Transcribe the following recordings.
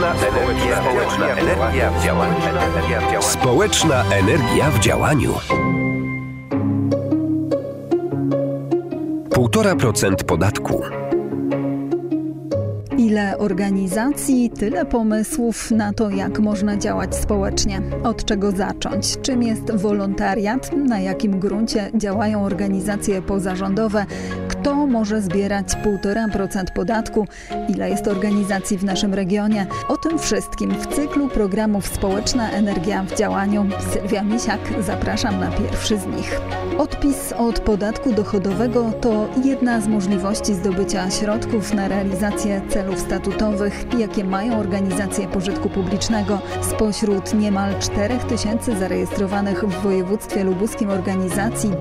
energia w działaniu. Społeczna energia w działaniu. 1,5% podatku. Ile organizacji, tyle pomysłów na to, jak można działać społecznie. Od czego zacząć? Czym jest wolontariat? Na jakim gruncie działają organizacje pozarządowe? Kto może zbierać 1,5% podatku? Ile jest organizacji w naszym regionie? O tym wszystkim w cyklu programów Społeczna Energia w działaniu. Sylwia Misiak, zapraszam na pierwszy z nich. Odpis od podatku dochodowego to jedna z możliwości zdobycia środków na realizację celów statutowych, jakie mają organizacje pożytku publicznego. Spośród niemal 4000 zarejestrowanych w województwie lubuskim organizacji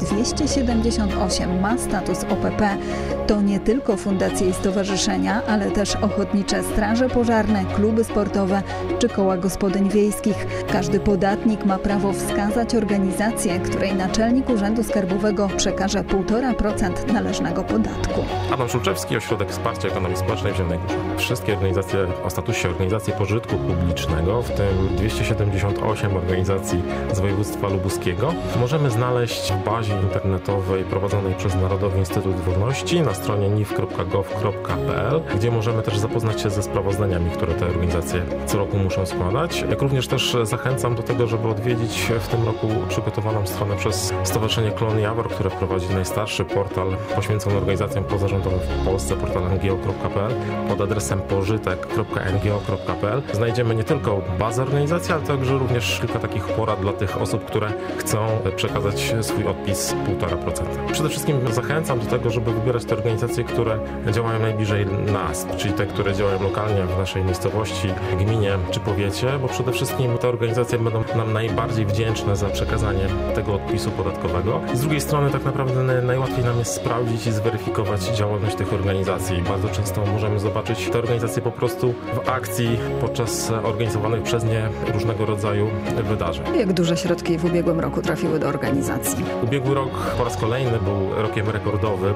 278 ma status OPP. To nie tylko fundacje i stowarzyszenia, ale też ochotnicze straże pożarne, kluby sportowe czy koła gospodyń wiejskich. Każdy podatnik ma prawo wskazać organizację, której naczelnik Urzędu Skarbowego przekaże 1,5% należnego podatku. Adam Szulczewski, Ośrodek Wsparcia Ekonomii Społecznej w Zielonej Górze. Wszystkie organizacje o statusie organizacji pożytku publicznego, w tym 278 organizacji z województwa lubuskiego, możemy znaleźć w bazie internetowej prowadzonej przez Narodowy Instytut Wolności na stronie nif.gov.pl, gdzie możemy też zapoznać się ze sprawozdaniami, które te organizacje co roku muszą składać. Jak również też zachęcam do tego, żeby odwiedzić w tym roku przygotowaną stronę przez Stowarzyszenie Klon Jawor, które prowadzi najstarszy portal poświęcony organizacjom pozarządowym w Polsce, portal ngo.pl. Pod adresem pożytek.ngo.pl znajdziemy nie tylko bazę organizacji, ale także również kilka takich porad dla tych osób, które chcą przekazać swój odpis 1,5%. Przede wszystkim zachęcam do tego, żeby wybierać te organizacje, które działają najbliżej nas, czyli te, które działają lokalnie w naszej miejscowości, gminie czy powiecie, bo przede wszystkim te organizacje będą nam najbardziej wdzięczne za przekazanie tego odpisu podatkowego. Z drugiej strony tak naprawdę najłatwiej nam jest sprawdzić i zweryfikować działalność tych organizacji. Bardzo często możemy zobaczyć te organizacje po prostu w akcji podczas organizowanych przez nie różnego rodzaju wydarzeń. Jak duże środki w ubiegłym roku trafiły do organizacji? Ubiegły rok po raz kolejny był rokiem rekordowym.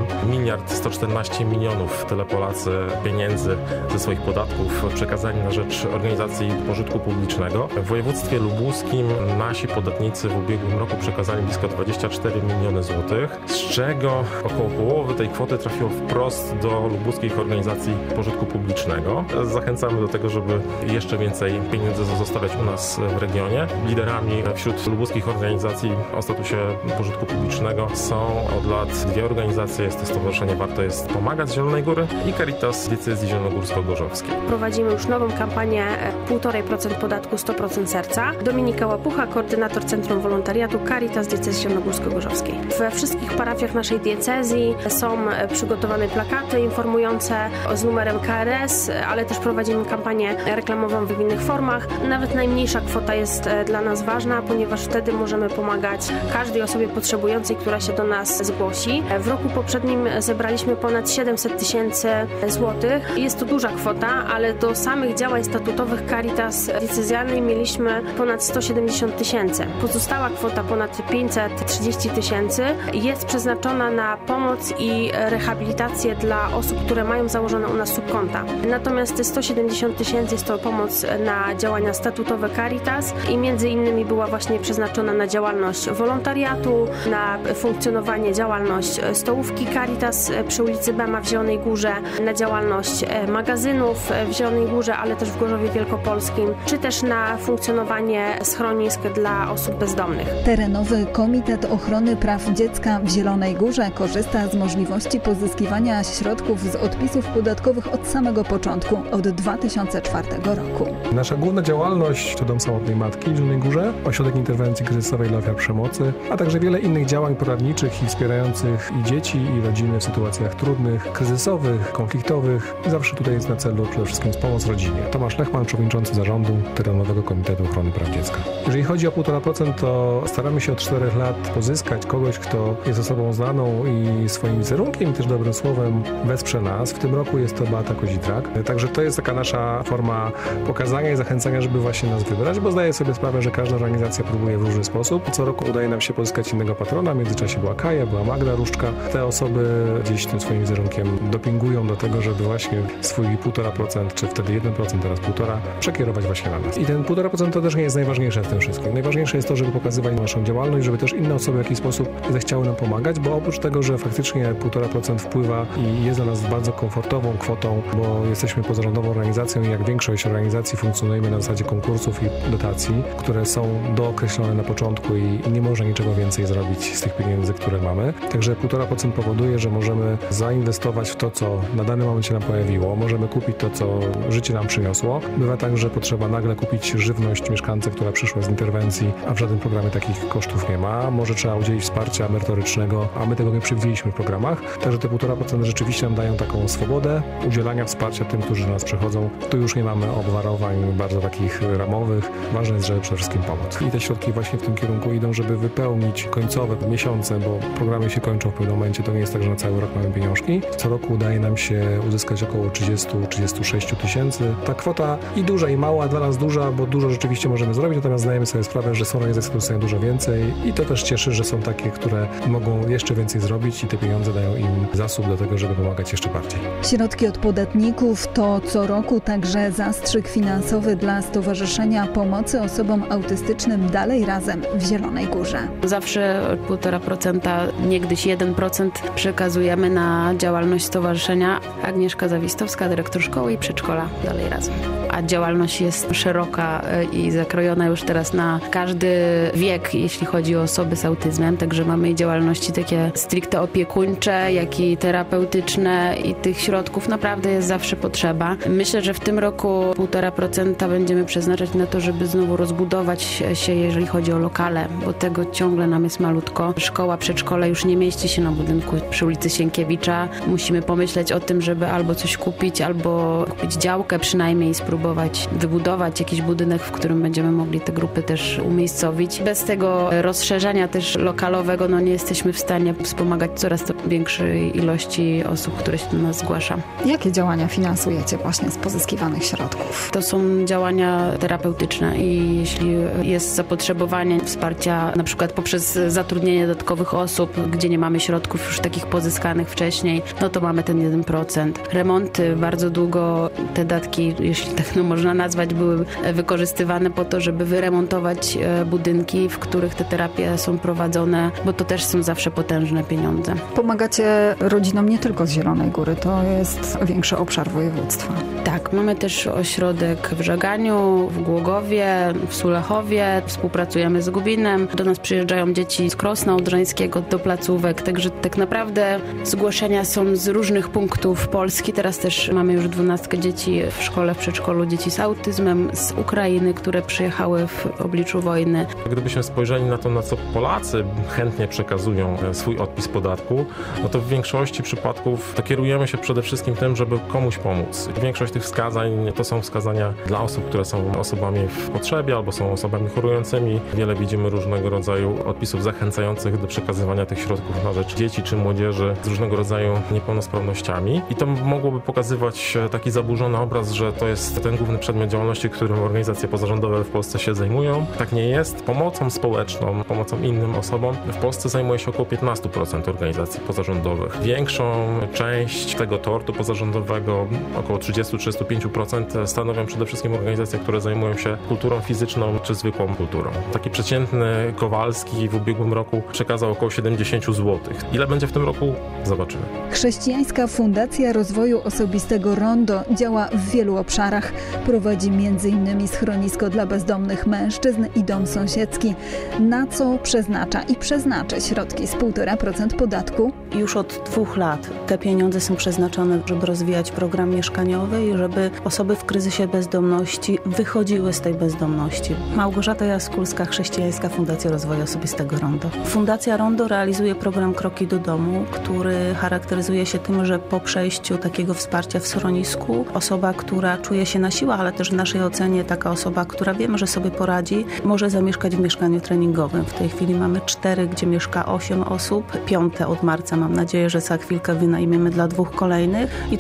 1,114 milionów tyle Polacy pieniędzy ze swoich podatków przekazali na rzecz organizacji pożytku publicznego. W województwie lubuskim nasi podatnicy w ubiegłym roku przekazali blisko 24 miliony złotych, z czego około połowy tej kwoty trafiło wprost do lubuskich organizacji pożytku publicznego. Zachęcamy do tego, żeby jeszcze więcej pieniędzy zostawiać u nas w regionie. Liderami wśród lubuskich organizacji o statusie pożytku publicznego są od lat dwie organizacje. Jest to Stowarzyszenie Warto Jest Pomagać z Zielonej Góry i Caritas Diecezji Zielonogórsko-Gorzowskiej. Prowadzimy już nową kampanię 1,5% podatku 100% serca. Dominika Łapucha, koordynator Centrum Wolontariatu Caritas Diecezji Zielonogórsko-Gorzowskiej. We wszystkich parafiach naszej diecezji są przygotowane plakaty informujące z numerem KRS, ale też prowadzimy kampanię reklamową w innych formach. Nawet najmniejsza kwota jest dla nas ważna, ponieważ wtedy możemy pomagać każdej osobie potrzebującej, która się do nas zgłosi. W roku poprzednim zebraliśmy ponad 700 tysięcy złotych. Jest to duża kwota, ale do samych działań statutowych Caritas diecezjalnej mieliśmy ponad 170 tysięcy. Pozostała kwota ponad 530 tysięcy jest przeznaczona na pomoc i rehabilitację dla osób, które mają założone u nas subkonta. Natomiast te 170 tysięcy jest to pomoc na działania statutowe Caritas i między innymi była właśnie przeznaczona na działalność wolontariatu, na funkcjonowanie, działalność stołówki Caritas przy ulicy Bema w Zielonej Górze, na działalność magazynów w Zielonej Górze, ale też w Gorzowie Wielkopolskim, czy też na funkcjonowanie schronisk dla osób bezdomnych. Terenowy Komitet Ochrony Praw Dziecka w Zielonej Górze korzysta z możliwości pozyskiwania środków z odpisów podatkowych od samego początku, od 2004 roku. Nasza główna działalność to Dom Samotnej Matki w Zielonej Górze, Ośrodek Interwencji Kryzysowej dla Ofiar Przemocy, a także wiele innych działań poradniczych i wspierających i dzieci, i rodziny w sytuacjach trudnych, kryzysowych, konfliktowych. Zawsze tutaj jest na celu przede wszystkim pomoc rodzinie. Tomasz Lechman, przewodniczący zarządu Terenowego Komitetu Ochrony Praw Dziecka. Jeżeli chodzi o 1,5%, to staramy się od 4 lat pozyskać kogoś, kto jest osobą znaną i swoim wizerunkiem i też dobrym słowem wesprze nas. W tym roku jest to Beata Kozicka. Track. Także to jest taka nasza forma pokazania i zachęcania, żeby właśnie nas wybrać, bo zdaję sobie sprawę, że każda organizacja próbuje w różny sposób. Co roku udaje nam się pozyskać innego patrona. W międzyczasie była Kaja, była Magda Różczka. Te osoby gdzieś tym swoim wizerunkiem dopingują do tego, żeby właśnie swój 1,5%, czy wtedy 1%, teraz 1,5% przekierować właśnie na nas. I ten 1,5% to też nie jest najważniejsze w tym wszystkim. Najważniejsze jest to, żeby pokazywać naszą działalność, żeby też inne osoby w jakiś sposób zechciały nam pomagać, bo oprócz tego, że faktycznie 1,5% wpływa i jest dla nas bardzo komfortową kwotą, bo jesteśmy pozarządową organizacją i jak większość organizacji funkcjonujemy na zasadzie konkursów i dotacji, które są dookreślone na początku i nie można niczego więcej zrobić z tych pieniędzy, które mamy. Także 1,5% powoduje, że możemy zainwestować w to, co na danym momencie nam pojawiło. Możemy kupić to, co życie nam przyniosło. Bywa tak, że potrzeba nagle kupić żywność mieszkance, która przyszła z interwencji, a w żadnym programie takich kosztów nie ma. Może trzeba udzielić wsparcia merytorycznego, a my tego nie przewidzieliśmy w programach. Także te 1,5% rzeczywiście nam dają taką swobodę udzielania wsparcia tym, którzy do nas przychodzą. Tu już nie mamy obwarowań bardzo takich ramowych. Ważne jest, żeby przede wszystkim pomóc. I te środki właśnie w tym kierunku idą, żeby wypełnić końcowe miesiące, bo programy się kończą w pewnym momencie. To nie jest tak, że na cały rok mamy pieniążki. Co roku udaje nam się uzyskać około 30-36 tysięcy. Ta kwota i duża, i mała, dla nas duża, bo dużo rzeczywiście możemy zrobić, natomiast zdajemy sobie sprawę, że są organizacje, które dostają dużo więcej i to też cieszy, że są takie, które mogą jeszcze więcej zrobić i te pieniądze dają im zasób do tego, żeby pomagać jeszcze bardziej. Środki od podatników to co roku także zastrzyk finansowy dla Stowarzyszenia Pomocy Osobom Autystycznym Dalej Razem w Zielonej Górze. Zawsze 1,5%, niegdyś 1% przekazujemy na działalność stowarzyszenia. Agnieszka Zawistowska, dyrektor szkoły i przedszkola Dalej Razem. A działalność jest szeroka i zakrojona już teraz na każdy wiek, jeśli chodzi o osoby z autyzmem. Także mamy i działalności takie stricte opiekuńcze, jak i terapeutyczne i tych środków naprawdę jest zawsze potrzeba. Myślę, że w tym roku 1,5% będziemy przeznaczać na to, żeby znowu rozbudować się, jeżeli chodzi o lokale, bo tego ciągle nam jest malutko. Szkoła, przedszkole już nie mieści się na budynku przy ulicy Sienkiewicza. Musimy pomyśleć o tym, żeby albo coś kupić, albo kupić działkę przynajmniej i spróbować wybudować jakiś budynek, w którym będziemy mogli te grupy też umiejscowić. Bez tego rozszerzenia też lokalowego nie jesteśmy w stanie wspomagać coraz to większej ilości osób, które się do nas zgłasza. Jakie działania finansujecie właśnie z pozyskiwanych środków? To są działania terapeutyczne i jeśli jest zapotrzebowanie wsparcia na przykład poprzez zatrudnienie dodatkowych osób, gdzie nie mamy środków już takich pozyskanych wcześniej, to mamy ten 1%. Remonty bardzo długo, te datki, jeśli tak można nazwać, były wykorzystywane po to, żeby wyremontować budynki, w których te terapie są prowadzone, bo to też są zawsze potężne pieniądze. Pomagacie rodzinom nie tylko z Zielonej Góry, to jest większy obszar województwa. Tak, mamy też ośrodek w Żaganiu, w Głogowie, w Sulechowie, współpracujemy z Gubinem. Do nas przyjeżdżają dzieci z Krosna Odrzańskiego do placówek, także tak naprawdę zgłoszenia są z różnych punktów Polski. Teraz też mamy już 12 dzieci w szkole, w przedszkolu, dzieci z autyzmem z Ukrainy, które przyjechały w obliczu wojny. Gdybyśmy spojrzeli na to, na co Polacy chętnie przekazują swój odpis podatku, to w większości przypadków to kierujemy się przede wszystkim tym, żeby komuś pomóc. Większość tych wskazań to są wskazania dla osób, które są osobami w potrzebie albo są osobami chorującymi. Wiele widzimy różnego rodzaju odpisów zachęcających do przekazywania tych środków na rzecz dzieci czy młodzieży z różnego rodzaju niepełnosprawnościami. I to mogłoby pokazywać taki zaburzony obraz, że to jest ten główny przedmiot działalności, którym organizacje pozarządowe w Polsce się zajmują. Tak nie jest. Pomocą społeczną, pomocą innym osobom w Polsce zajmuje się około 15% organizacji pozarządowych. Większą część tego tortu pozarządowego, około 30-35%, stanowią przede wszystkim organizacje, które zajmują się kulturą fizyczną czy zwykłą kulturą. Taki przeciętny Kowalski w ubiegłym roku przekazał około 70 zł. Ile będzie w tym roku? Zobaczymy. Chrześcijańska Fundacja Rozwoju Osobistego Rondo działa w wielu obszarach. Prowadzi m.in. schronisko dla bezdomnych mężczyzn i dom sąsiedzki. Na co przeznacza i przeznaczy środki z 1,5% podatku? Już od 2 lat te pieniądze są przeznaczone, żeby rozwijać program mieszkaniowy i żeby osoby w kryzysie bezdomności wychodziły z tej bezdomności. Małgorzata Jaskulska, Chrześcijańska Fundacja Rozwoju Osobistego Rondo. Fundacja Rondo realizuje program Kroki do domu, który charakteryzuje się tym, że po przejściu takiego wsparcia w schronisku osoba, która czuje się na siłach, ale też w naszej ocenie taka osoba, która wiemy, że sobie poradzi, może zamieszkać w mieszkaniu treningowym. W tej chwili mamy 4, gdzie mieszka 8 osób. 5 od marca mam nadzieję, że za chwilkę wynajmiemy dla 2 kolejnych. I to jest taka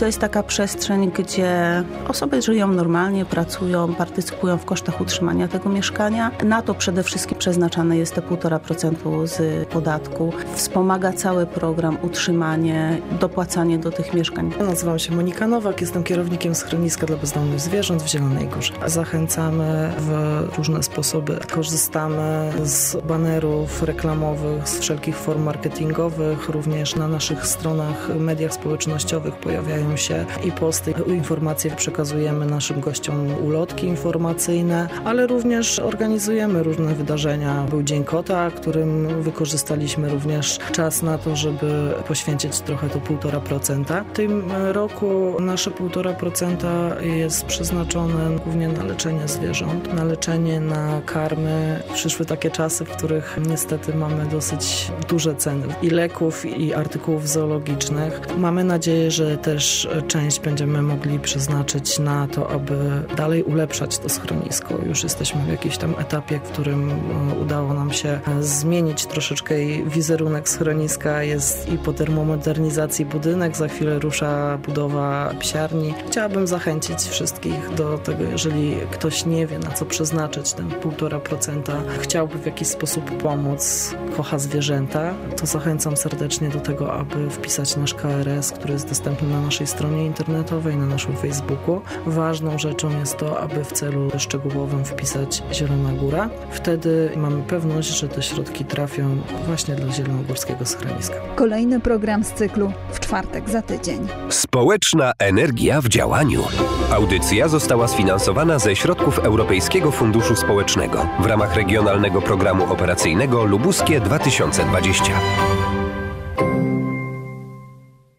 taka przestrzeń, gdzie osoby żyją normalnie, pracują, partycypują w kosztach utrzymania tego mieszkania. Na to przede wszystkim przeznaczane jest te 1,5% z podatku. Wspomaga cały program utrzymanie, dopłacanie do tych mieszkań. Nazywam się Monika Nowak, jestem kierownikiem schroniska dla bezdomnych zwierząt w Zielonej Górze. Zachęcamy w różne sposoby. Korzystamy z banerów reklamowych, z wszelkich form marketingowych. Również na naszych stronach, mediach społecznościowych pojawiają się i posty, informacje przekazujemy naszym gościom, ulotki informacyjne, ale również organizujemy różne wydarzenia. Był Dzień Kota, którym wykorzystaliśmy również czas na to, żeby poświęcić trochę to 1,5%. W tym roku nasze 1,5% jest przeznaczone głównie na leczenie zwierząt, na leczenie, na karmy. Przyszły takie czasy, w których niestety mamy dosyć duże ceny i leków, i artykułów zoologicznych. Mamy nadzieję, że też część będziemy mogli przeznaczyć na to, aby dalej ulepszać to schronisko. Już jesteśmy w jakimś tam etapie, w którym udało nam się zmienić troszeczkę wizerunek schroniska. Jest i po termomodernizacji budynek, za chwilę rusza budowa psiarni. Chciałabym zachęcić wszystkich do tego, jeżeli ktoś nie wie, na co przeznaczyć ten 1,5%, chciałby w jakiś sposób pomóc, kocha zwierzęta, to zachęcam serdecznie do tego, aby wpisać nasz KRS, który jest dostępny na naszej stronie internetowej, na naszym Facebooku. Ważną rzeczą jest to, aby w celu szczegółowym wpisać Zielona Góra. Wtedy mamy pewność, że te środki trafią właśnie dla zielonogórskiego schroniska. Kolejny program z cyklu w czwartek za tydzień. Społeczna energia w działaniu. Audycja została sfinansowana ze środków Europejskiego Funduszu Społecznego w ramach Regionalnego Programu Operacyjnego Lubuskie 2020.